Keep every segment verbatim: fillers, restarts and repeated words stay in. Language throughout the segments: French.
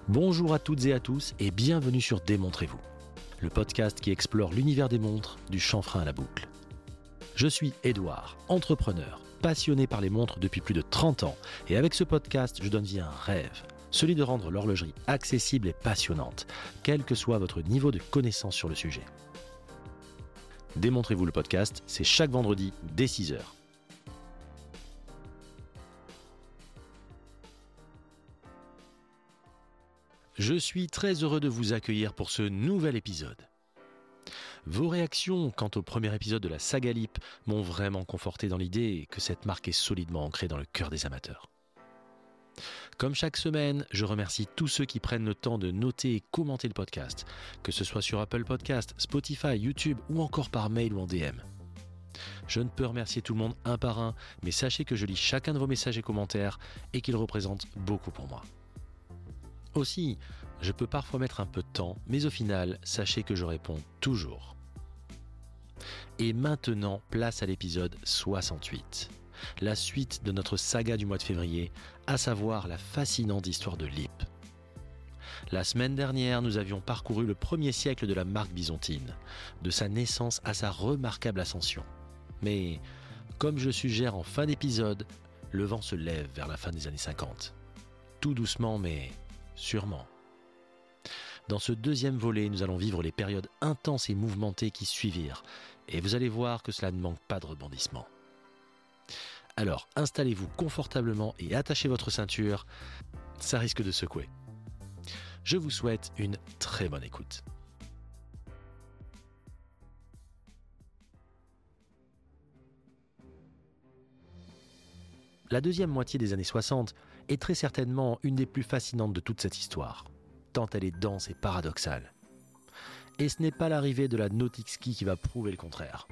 Bonjour à toutes et à tous et bienvenue sur Démontrez-vous, le podcast qui explore l'univers des montres du chanfrein à la boucle. Je suis Édouard, entrepreneur, passionné par les montres depuis plus de trente ans et avec ce podcast, je donne vie à un rêve, celui de rendre l'horlogerie accessible et passionnante, quel que soit votre niveau de connaissance sur le sujet. Démontrez-vous le podcast, c'est chaque vendredi dès six heures. Je suis très heureux de vous accueillir pour ce nouvel épisode. Vos réactions quant au premier épisode de la saga Lip m'ont vraiment conforté dans l'idée que cette marque est solidement ancrée dans le cœur des amateurs. Comme chaque semaine, je remercie tous ceux qui prennent le temps de noter et commenter le podcast, que ce soit sur Apple Podcasts, Spotify, YouTube ou encore par mail ou en D M. Je ne peux remercier tout le monde un par un, mais sachez que je lis chacun de vos messages et commentaires et qu'ils représentent beaucoup pour moi. Aussi, je peux parfois mettre un peu de temps, mais au final, sachez que je réponds toujours. Et maintenant, place à l'épisode soixante-huit, la suite de notre saga du mois de février, à savoir la fascinante histoire de Lip. La semaine dernière, nous avions parcouru le premier siècle de la marque byzantine, de sa naissance à sa remarquable ascension. Mais, comme je suggère en fin d'épisode, le vent se lève vers la fin des années cinquante. Tout doucement, mais sûrement. Dans ce deuxième volet, nous allons vivre les périodes intenses et mouvementées qui suivirent, et vous allez voir que cela ne manque pas de rebondissements. Alors, installez-vous confortablement et attachez votre ceinture, ça risque de secouer. Je vous souhaite une très bonne écoute. La deuxième moitié des années soixante est très certainement une des plus fascinantes de toute cette histoire, tant elle est dense et paradoxale. Et ce n'est pas l'arrivée de la Nautic Ski qui va prouver le contraire.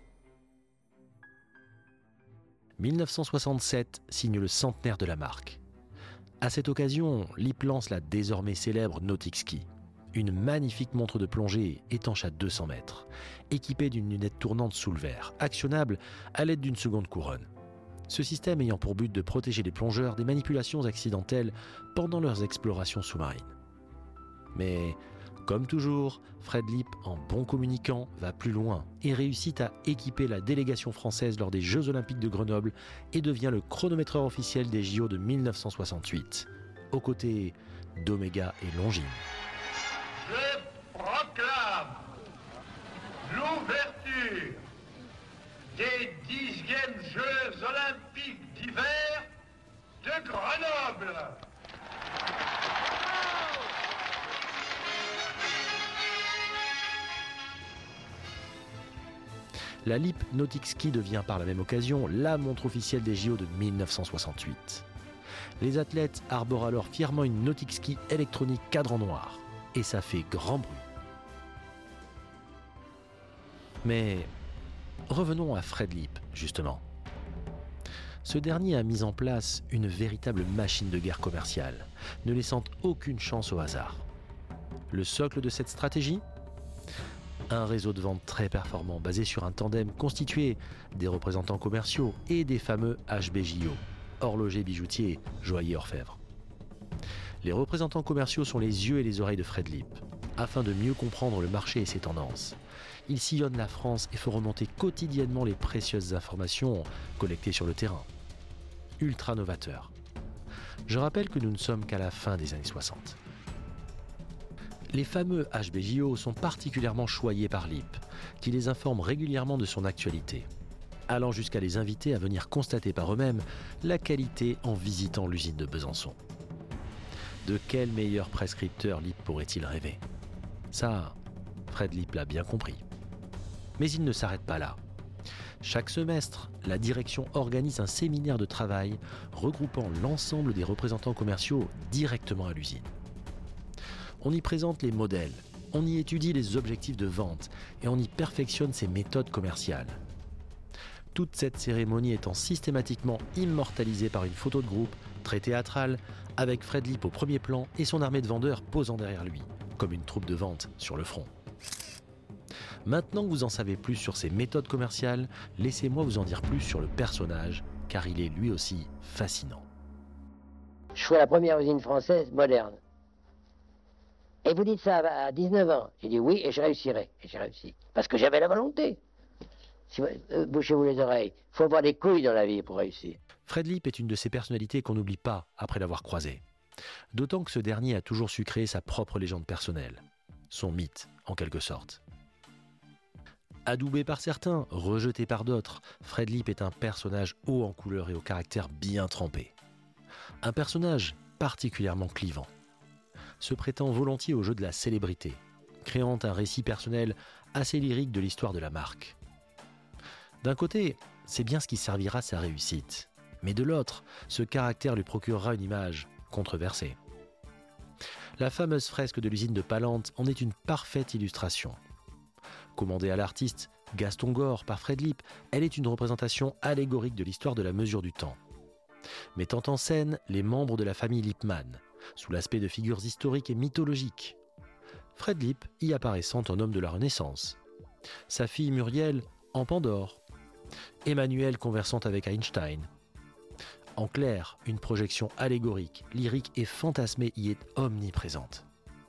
dix-neuf cent soixante-sept signe le centenaire de la marque. À cette occasion, Lip lance la désormais célèbre Nautic Ski, une magnifique montre de plongée étanche à deux cents mètres, équipée d'une lunette tournante sous le verre, actionnable à l'aide d'une seconde couronne. Ce système ayant pour but de protéger les plongeurs des manipulations accidentelles pendant leurs explorations sous-marines. Mais, comme toujours, Fred Lip, en bon communicant, va plus loin et réussit à équiper la délégation française lors des Jeux Olympiques de Grenoble et devient le chronométreur officiel des J O de dix-neuf cent soixante-huit, aux côtés d'Omega et Longines. Je proclame l'ouverture des dixièmes Jeux Olympiques d'hiver de Grenoble. La Lip Nautic Ski devient par la même occasion la montre officielle des J O de dix-neuf cent soixante-huit. Les athlètes arborent alors fièrement une Nautic Ski électronique cadran noir, et ça fait grand bruit. Mais revenons à Fred Lip, justement. Ce dernier a mis en place une véritable machine de guerre commerciale, ne laissant aucune chance au hasard. Le socle de cette stratégie ? Un réseau de vente très performant basé sur un tandem constitué des représentants commerciaux et des fameux H B J O, horlogers, bijoutiers, joailliers, orfèvres. Les représentants commerciaux sont les yeux et les oreilles de Fred Lip, afin de mieux comprendre le marché et ses tendances. Ils sillonnent la France et font remonter quotidiennement les précieuses informations collectées sur le terrain. Ultra novateur. Je rappelle que nous ne sommes qu'à la fin des années soixante. Les fameux H B J O sont particulièrement choyés par Lip, qui les informe régulièrement de son actualité, allant jusqu'à les inviter à venir constater par eux-mêmes la qualité en visitant l'usine de Besançon. De quel meilleur prescripteur Lip pourrait-il rêver ? Ça, Fred Lip l'a bien compris. Mais il ne s'arrête pas là. Chaque semestre, la direction organise un séminaire de travail regroupant l'ensemble des représentants commerciaux directement à l'usine. On y présente les modèles, on y étudie les objectifs de vente et on y perfectionne ses méthodes commerciales. Toute cette cérémonie étant systématiquement immortalisée par une photo de groupe très théâtrale avec Fred Lip au premier plan et son armée de vendeurs posant derrière lui, comme une troupe de vente sur le front. Maintenant que vous en savez plus sur ses méthodes commerciales, laissez-moi vous en dire plus sur le personnage, car il est lui aussi fascinant. Je fais la première usine française moderne. Et vous dites ça à dix-neuf ans. J'ai dit oui et je réussirai. Et j'ai réussi. Parce que j'avais la volonté. Si vous, euh, bouchez-vous les oreilles. Il faut avoir des couilles dans la vie pour réussir. Fred Lipp est une de ces personnalités qu'on n'oublie pas après l'avoir croisé. D'autant que ce dernier a toujours su créer sa propre légende personnelle. Son mythe, en quelque sorte. Adoubé par certains, rejeté par d'autres, Fred Lipp est un personnage haut en couleur et au caractère bien trempé. Un personnage particulièrement clivant. Se prêtant volontiers au jeu de la célébrité, créant un récit personnel assez lyrique de l'histoire de la marque. D'un côté, c'est bien ce qui servira sa réussite, mais de l'autre, ce caractère lui procurera une image controversée. La fameuse fresque de l'usine de Palante en est une parfaite illustration. Commandée à l'artiste Gaston Gore par Fred Lipp, elle est une représentation allégorique de l'histoire de la mesure du temps. Mettant en scène les membres de la famille Lippmann, sous l'aspect de figures historiques et mythologiques. Fred Lipp y apparaissant en homme de la Renaissance. Sa fille Muriel en Pandore. Emmanuel conversant avec Einstein. En clair, une projection allégorique, lyrique et fantasmée y est omniprésente.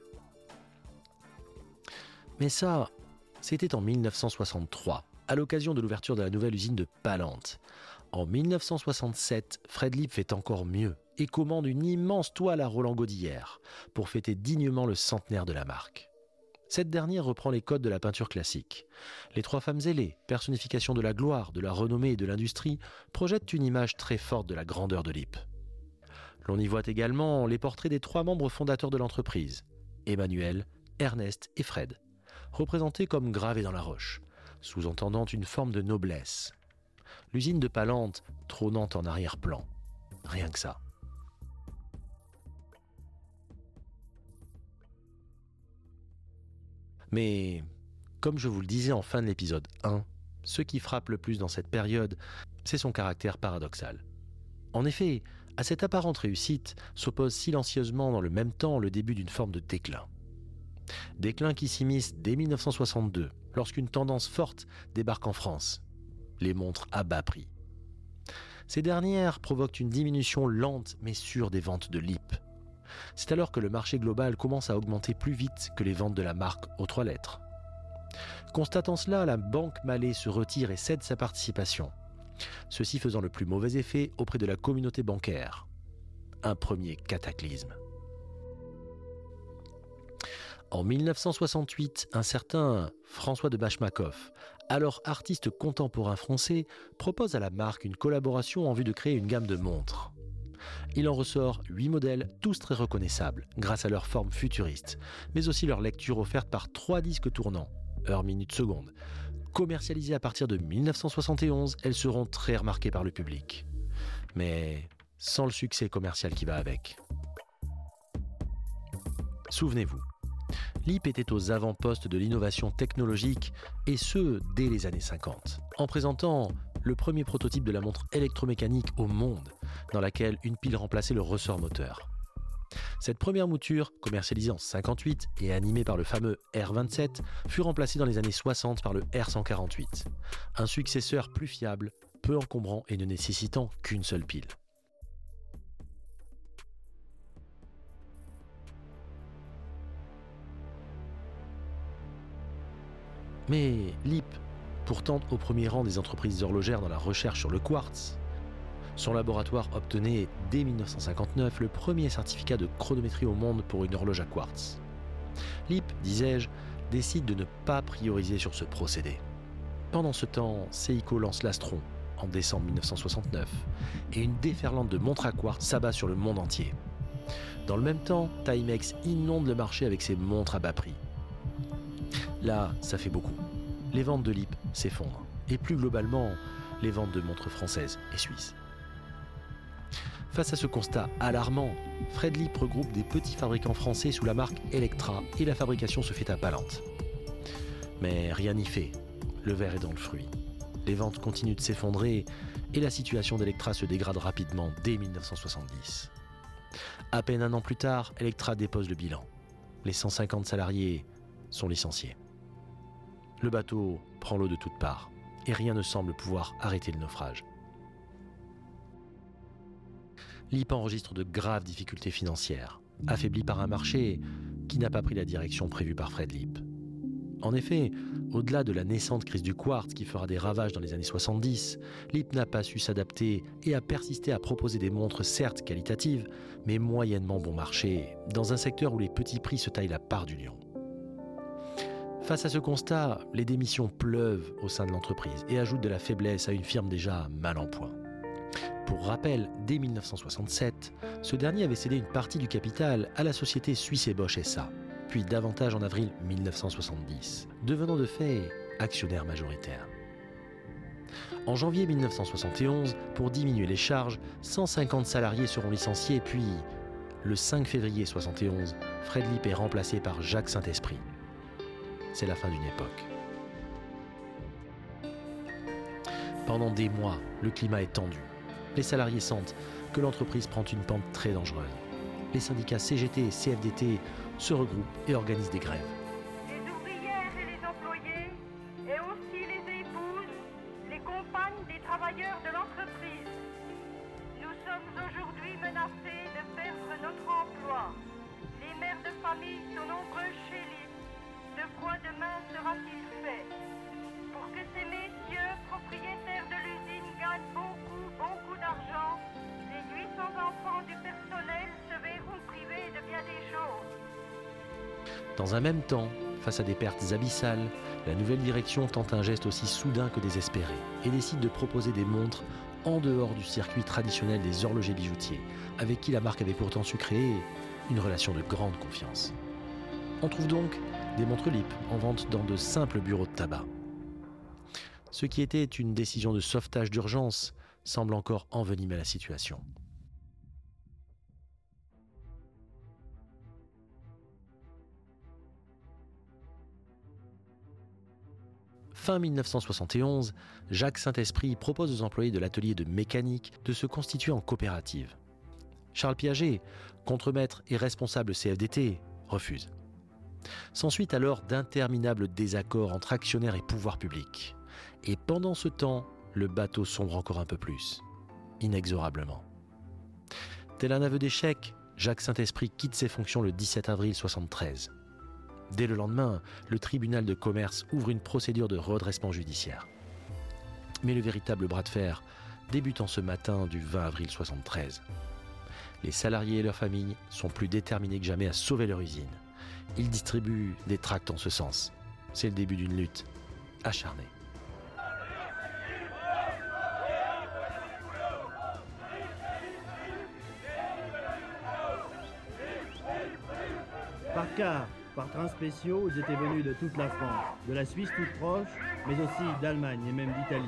Mais ça, c'était en mille neuf cent soixante-trois, à l'occasion de l'ouverture de la nouvelle usine de Palante. En mille neuf cent soixante-sept, Fred Lipp fait encore mieux et commande une immense toile à Roland Godillère pour fêter dignement le centenaire de la marque. Cette dernière reprend les codes de la peinture classique. Les trois femmes ailées, personnification de la gloire, de la renommée et de l'industrie, projettent une image très forte de la grandeur de Lipp. L'on y voit également les portraits des trois membres fondateurs de l'entreprise, Emmanuel, Ernest et Fred, représentés comme gravés dans la roche, sous-entendant une forme de noblesse. L'usine de Palante trônant en arrière-plan. Rien que ça. Mais, comme je vous le disais en fin de l'épisode un, ce qui frappe le plus dans cette période, c'est son caractère paradoxal. En effet, à cette apparente réussite s'oppose silencieusement dans le même temps le début d'une forme de déclin. Déclin qui s'immisce dès mille neuf cent soixante-deux, lorsqu'une tendance forte débarque en France. Les montres à bas prix. Ces dernières provoquent une diminution lente mais sûre des ventes de Lipp. C'est alors que le marché global commence à augmenter plus vite que les ventes de la marque aux trois lettres. Constatant cela, la banque Mallet se retire et cède sa participation, ceci faisant le plus mauvais effet auprès de la communauté bancaire. Un premier cataclysme. En mille neuf cent soixante-huit, un certain François de Bachmakoff, alors artiste contemporain français, propose à la marque une collaboration en vue de créer une gamme de montres. Il en ressort huit modèles, tous très reconnaissables, grâce à leur forme futuriste, mais aussi leur lecture offerte par trois disques tournants, heure, minute, seconde. Commercialisées à partir de mille neuf cent soixante et onze, elles seront très remarquées par le public. Mais sans le succès commercial qui va avec. Souvenez-vous, Lipp était aux avant-postes de l'innovation technologique, et ce, dès les années cinquante, en présentant le premier prototype de la montre électromécanique au monde, dans laquelle une pile remplaçait le ressort moteur. Cette première mouture, commercialisée en cinquante-huit et animée par le fameux R vingt-sept, fut remplacée dans les années soixante par le R cent quarante-huit, un successeur plus fiable, peu encombrant et ne nécessitant qu'une seule pile. Mais Lipp, pourtant au premier rang des entreprises horlogères dans la recherche sur le quartz, son laboratoire obtenait dès mille neuf cent cinquante-neuf le premier certificat de chronométrie au monde pour une horloge à quartz. Lipp, disais-je, décide de ne pas prioriser sur ce procédé. Pendant ce temps, Seiko lance l'Astron en décembre mille neuf cent soixante-neuf et une déferlante de montres à quartz s'abat sur le monde entier. Dans le même temps, Timex inonde le marché avec ses montres à bas prix. Là, ça fait beaucoup. Les ventes de Lipp s'effondrent. Et plus globalement, les ventes de montres françaises et suisses. Face à ce constat alarmant, Fred Lipp regroupe des petits fabricants français sous la marque Electra et la fabrication se fait à Palante. Mais rien n'y fait. Le verre est dans le fruit. Les ventes continuent de s'effondrer et la situation d'Electra se dégrade rapidement dès mille neuf cent soixante-dix. À peine un an plus tard, Electra dépose le bilan. Les cent cinquante salariés sont licenciés. Le bateau prend l'eau de toutes parts et rien ne semble pouvoir arrêter le naufrage. Lipp enregistre de graves difficultés financières, affaibli par un marché qui qui n'a pas pris la direction prévue par Fred Lipp. En effet, au-delà de la naissante crise du quartz qui fera des ravages dans les années soixante-dix, Lipp n'a pas su s'adapter et a persisté à proposer des montres certes qualitatives, mais moyennement bon marché, dans un secteur où les petits prix se taillent la part du lion. Face à ce constat, les démissions pleuvent au sein de l'entreprise et ajoutent de la faiblesse à une firme déjà mal en point. Pour rappel, dès mille neuf cent soixante-sept, ce dernier avait cédé une partie du capital à la société Suisse et Bosch S A, puis davantage en avril mille neuf cent soixante-dix, devenant de fait actionnaire majoritaire. En janvier mille neuf cent soixante et onze, pour diminuer les charges, cent cinquante salariés seront licenciés, puis, le cinq février soixante et onze, Fred Lipp est remplacé par Jacques Saint-Esprit. C'est la fin d'une époque. Pendant des mois, le climat est tendu. Les salariés sentent que l'entreprise prend une pente très dangereuse. Les syndicats C G T et C F D T se regroupent et organisent des grèves. Les ouvrières et les employés, et aussi les épouses, les compagnes des travailleurs de l'entreprise. Nous sommes aujourd'hui menacés de perdre notre emploi. Les mères de famille sont nombreuses chez Lipp. De quoi demain sera-t-il fait? Pour que ces messieurs, propriétaires de l'usine, gagnent beaucoup, beaucoup d'argent, les huit cents enfants du personnel se verront privés de bien des choses. Dans un même temps, face à des pertes abyssales, la nouvelle direction tente un geste aussi soudain que désespéré et décide de proposer des montres en dehors du circuit traditionnel des horlogers bijoutiers, avec qui la marque avait pourtant su créer une relation de grande confiance. On trouve donc des montres Lipp en vente dans de simples bureaux de tabac. Ce qui était une décision de sauvetage d'urgence semble encore envenimer la situation. Fin mille neuf cent soixante et onze, Jacques Saint-Esprit propose aux employés de l'atelier de mécanique de se constituer en coopérative. Charles Piaget, contremaître et responsable C F D T, refuse. S'ensuit alors d'interminables désaccords entre actionnaires et pouvoirs publics. Et pendant ce temps, le bateau sombre encore un peu plus, inexorablement. Tel un aveu d'échec, Jacques Saint-Esprit quitte ses fonctions le dix-sept avril soixante-treize. Dès le lendemain, le tribunal de commerce ouvre une procédure de redressement judiciaire. Mais le véritable bras de fer débute en ce matin du vingt avril soixante-treize. Les salariés et leurs familles sont plus déterminés que jamais à sauver leur usine. Ils distribuent des tracts en ce sens. C'est le début d'une lutte acharnée. Par car, par trains spéciaux, ils étaient venus de toute la France, de la Suisse toute proche, mais aussi d'Allemagne et même d'Italie.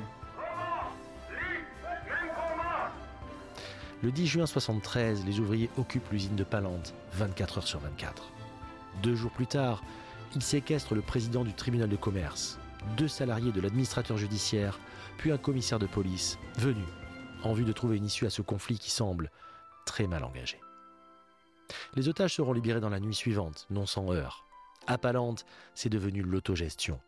Le dix juin soixante-treize, les ouvriers occupent l'usine de Pallante, vingt-quatre heures sur vingt-quatre. Deux jours plus tard, ils séquestrent le président du tribunal de commerce, deux salariés de l'administrateur judiciaire, puis un commissaire de police, venu en vue de trouver une issue à ce conflit qui semble très mal engagé. Les otages seront libérés dans la nuit suivante, non sans heurts. À Pallante, c'est devenu l'autogestion.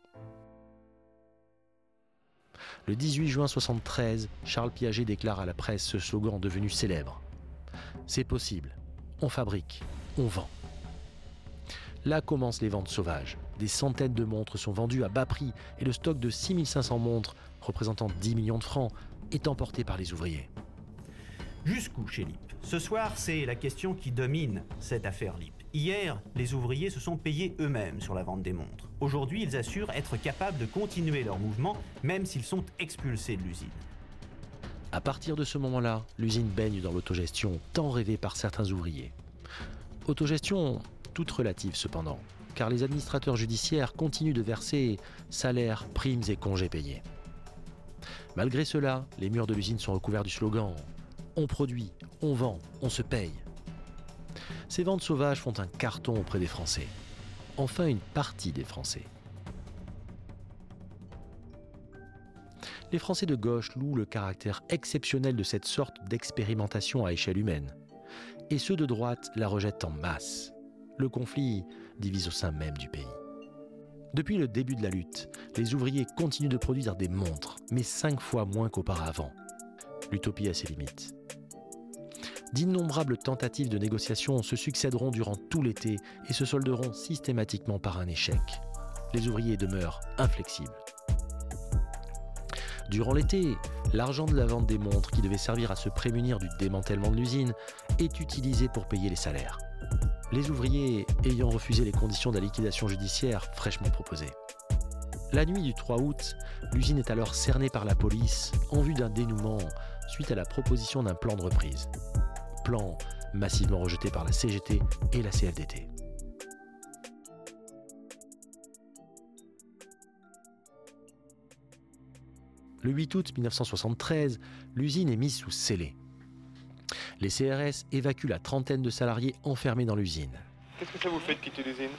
Le dix-huit juin soixante-treize, Charles Piaget déclare à la presse ce slogan devenu célèbre. « C'est possible, on fabrique, on vend ». Là commencent les ventes sauvages. Des centaines de montres sont vendues à bas prix et le stock de six mille cinq cents montres, représentant dix millions de francs, est emporté par les ouvriers. Jusqu'où chez Lipp? Ce soir, c'est la question qui domine cette affaire Lipp. Hier, les ouvriers se sont payés eux-mêmes sur la vente des montres. Aujourd'hui, ils assurent être capables de continuer leur mouvement, même s'ils sont expulsés de l'usine. À partir de ce moment-là, l'usine baigne dans l'autogestion, tant rêvée par certains ouvriers. Autogestion toute relative cependant, car les administrateurs judiciaires continuent de verser salaires, primes et congés payés. Malgré cela, les murs de l'usine sont recouverts du slogan « On produit, on vend, on se paye ». Ces ventes sauvages font un carton auprès des Français. Enfin, une partie des Français. Les Français de gauche louent le caractère exceptionnel de cette sorte d'expérimentation à échelle humaine. Et ceux de droite la rejettent en masse. Le conflit divise au sein même du pays. Depuis le début de la lutte, les ouvriers continuent de produire des montres, mais cinq fois moins qu'auparavant. L'utopie a ses limites. D'innombrables tentatives de négociation se succéderont durant tout l'été et se solderont systématiquement par un échec. Les ouvriers demeurent inflexibles. Durant l'été, l'argent de la vente des montres, qui devait servir à se prémunir du démantèlement de l'usine, est utilisé pour payer les salaires. Les ouvriers ayant refusé les conditions de la liquidation judiciaire fraîchement proposées. La nuit du trois août, l'usine est alors cernée par la police en vue d'un dénouement suite à la proposition d'un plan de reprise. Plan massivement rejeté par la C G T et la C F D T. Le huit août mille neuf cent soixante-treize, l'usine est mise sous scellé. Les C R S évacuent la trentaine de salariés enfermés dans l'usine. Qu'est-ce que ça vous fait de quitter l'usine?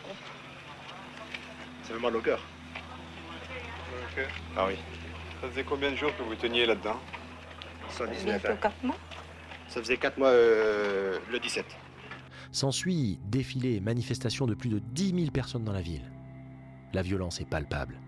Ça fait mal au cœur. Ok. Ah oui. Ça faisait combien de jours que vous teniez là-dedans? cent dix-neuf. Bientôt quatre mois. Ça faisait quatre mois euh, le dix-sept. S'ensuit défilé et manifestation de plus de dix mille personnes dans la ville. La violence est palpable.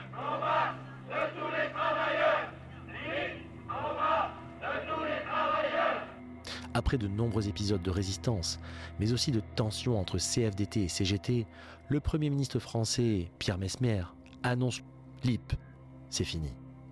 Après de nombreux épisodes de résistance, mais aussi de tensions entre C F D T et C G T, le Premier ministre français, Pierre Messmer, annonce « L I P, c'est fini ».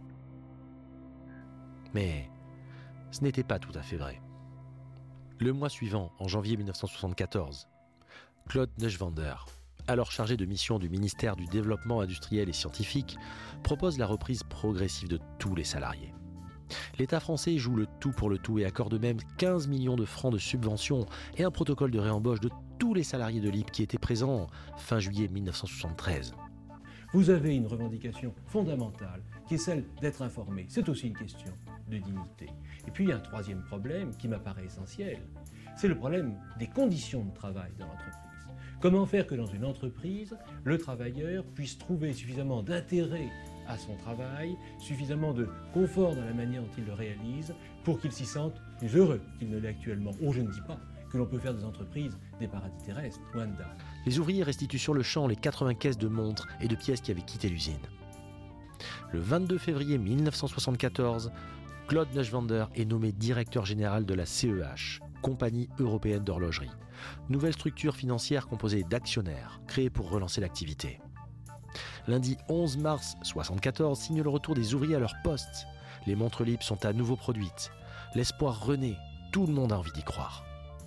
Mais ce n'était pas tout à fait vrai. Le mois suivant, en janvier mille neuf cent soixante-quatorze, Claude Neuschwander, alors chargé de mission du ministère du Développement industriel et scientifique, propose la reprise progressive de tous les salariés. L'État français joue le tout pour le tout et accorde même quinze millions de francs de subventions et un protocole de réembauche de tous les salariés de L I P qui étaient présents fin juillet mille neuf cent soixante-treize. Vous avez une revendication fondamentale qui est celle d'être informé. C'est aussi une question de dignité. Et puis il y a un troisième problème qui m'apparaît essentiel. C'est le problème des conditions de travail dans l'entreprise. Comment faire que dans une entreprise, le travailleur puisse trouver suffisamment d'intérêt à son travail, suffisamment de confort dans la manière dont il le réalise pour qu'il s'y sente plus heureux qu'il ne l'est actuellement. Oh, je ne dis pas que l'on peut faire des entreprises des paradis terrestres, loin de là. Les ouvriers restituent sur le champ les quatre-vingts caisses de montres et de pièces qui avaient quitté l'usine. Le vingt-deux février mille neuf cent soixante-quatorze, Claude Neuschwander est nommé directeur général de la C E H, Compagnie européenne d'horlogerie, nouvelle structure financière composée d'actionnaires, créée pour relancer l'activité. Lundi onze mars soixante-quatorze signe le retour des ouvriers à leur poste. Les montres L I P sont à nouveau produites. L'espoir renaît, tout le monde a envie d'y croire.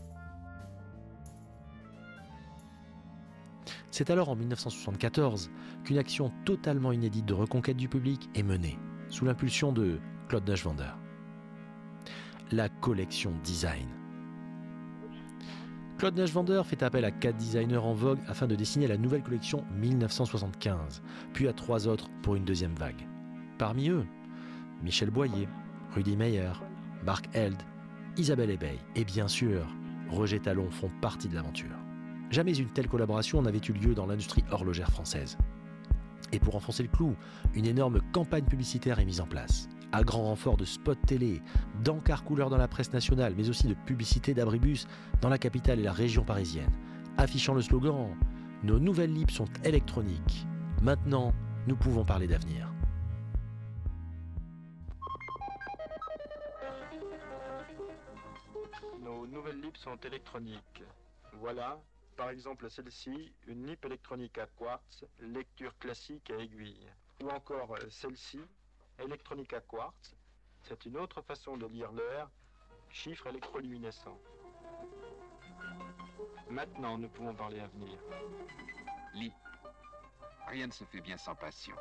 C'est alors en mille neuf cent soixante-quatorze qu'une action totalement inédite de reconquête du public est menée, sous l'impulsion de Claude Neuschwander. La collection design. Claude Neuschwander fait appel à quatre designers en vogue afin de dessiner la nouvelle collection mille neuf cent soixante-quinze, puis à trois autres pour une deuxième vague. Parmi eux, Michel Boyer, Rudy Meyer, Marc Held, Isabelle Ebey et bien sûr, Roger Talon font partie de l'aventure. Jamais une telle collaboration n'avait eu lieu dans l'industrie horlogère française. Et pour enfoncer le clou, une énorme campagne publicitaire est mise en place, à grand renfort de spots télé, d'encarts couleurs dans la presse nationale, mais aussi de publicités d'abribus dans la capitale et la région parisienne, affichant le slogan « Nos nouvelles L I P sont électroniques. Maintenant, nous pouvons parler d'avenir ». Nos nouvelles L I P sont électroniques. Voilà, par exemple celle-ci, une L I P électronique à quartz, lecture classique à aiguille. Ou encore celle-ci, électronique à quartz, c'est une autre façon de lire l'heure, chiffre électroluminescent. Maintenant, nous pouvons parler avenir. L I P. Rien ne se fait bien sans passion.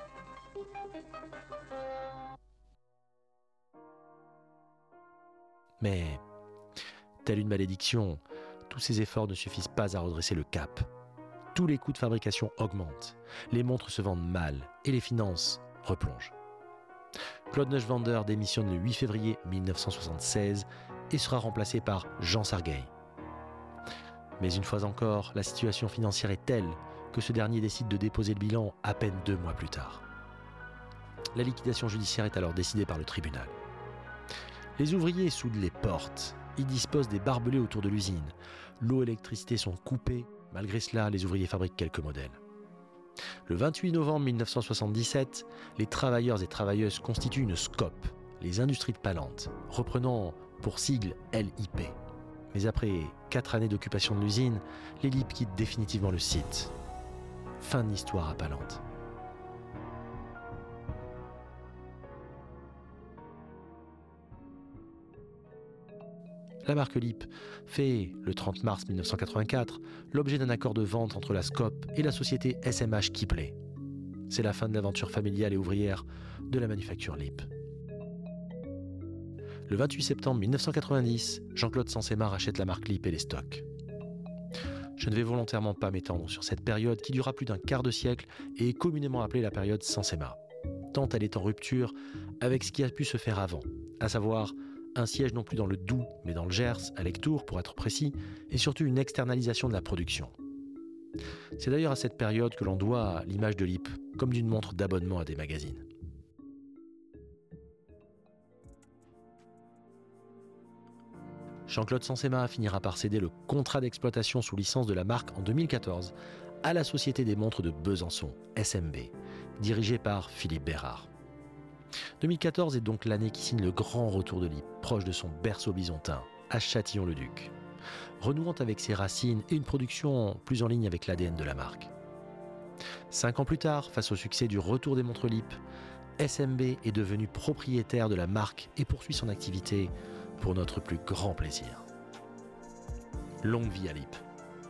Mais, telle une malédiction, tous ces efforts ne suffisent pas à redresser le cap. Tous les coûts de fabrication augmentent, les montres se vendent mal et les finances replongent. Claude Neuschwander démissionne le huit février mille neuf cent soixante-seize et sera remplacé par Jean Sargueil. Mais une fois encore, la situation financière est telle que ce dernier décide de déposer le bilan à peine deux mois plus tard. La liquidation judiciaire est alors décidée par le tribunal. Les ouvriers soudent les portes, ils disposent des barbelés autour de l'usine. L'eau et l'électricité sont coupées, malgré cela, les ouvriers fabriquent quelques modèles. Le vingt-huit novembre mille neuf cent soixante-dix-sept, les travailleurs et travailleuses constituent une SCOP, les industries de Palante, reprenant pour sigle L I P. Mais après quatre années d'occupation de l'usine, les Lip quittent définitivement le site. Fin de l'histoire à Palante. La marque Lip fait, le trente mars mille neuf cent quatre-vingt-quatre, l'objet d'un accord de vente entre la Scope et la société S M H Kipley. C'est la fin de l'aventure familiale et ouvrière de la manufacture Lip. Le vingt-huit septembre mille neuf cent quatre-vingt-dix, Jean-Claude Sansema rachète la marque Lip et les stocks. Je ne vais volontairement pas m'étendre sur cette période qui dura plus d'un quart de siècle et est communément appelée la période Sansema, tant elle est en rupture avec ce qui a pu se faire avant, à savoir un siège non plus dans le Doubs, mais dans le Gers, à Lectoure pour être précis, et surtout une externalisation de la production. C'est d'ailleurs à cette période que l'on doit l'image de Lip, comme d'une montre d'abonnement à des magazines. Jean-Claude Sansema finira par céder le contrat d'exploitation sous licence de la marque en deux mille quatorze à la Société des montres de Besançon, S M B, dirigée par Philippe Bérard. deux mille quatorze est donc l'année qui signe le grand retour de Lip, proche de son berceau bisontin, à Châtillon-le-Duc, renouant avec ses racines et une production plus en ligne avec l'A D N de la marque. Cinq ans plus tard, face au succès du retour des montres Lip, S M B est devenu propriétaire de la marque et poursuit son activité pour notre plus grand plaisir. Longue vie à Lip.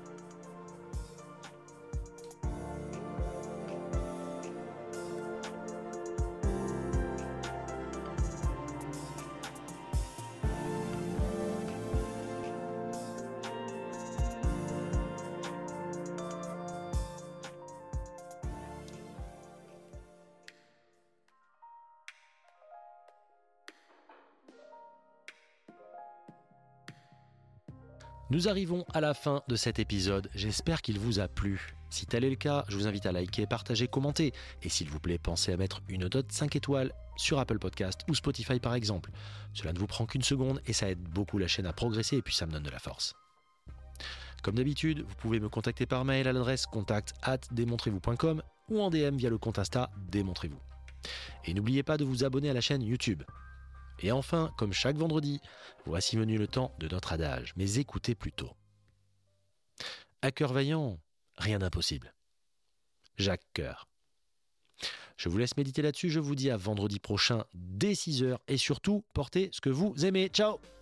Nous arrivons à la fin de cet épisode, j'espère qu'il vous a plu. Si tel est le cas, je vous invite à liker, partager, commenter. Et s'il vous plaît, pensez à mettre une note cinq étoiles sur Apple Podcast ou Spotify par exemple. Cela ne vous prend qu'une seconde et ça aide beaucoup la chaîne à progresser et puis ça me donne de la force. Comme d'habitude, vous pouvez me contacter par mail à l'adresse contact arobase démontrez-vous point com ou en D M via le compte Insta Démontrez-vous. Et n'oubliez pas de vous abonner à la chaîne YouTube. Et enfin, comme chaque vendredi, voici venu le temps de notre adage, mais écoutez plutôt. À cœur vaillant, rien d'impossible. Jacques Coeur. Je vous laisse méditer là-dessus, je vous dis à vendredi prochain dès six heures et surtout, portez ce que vous aimez. Ciao!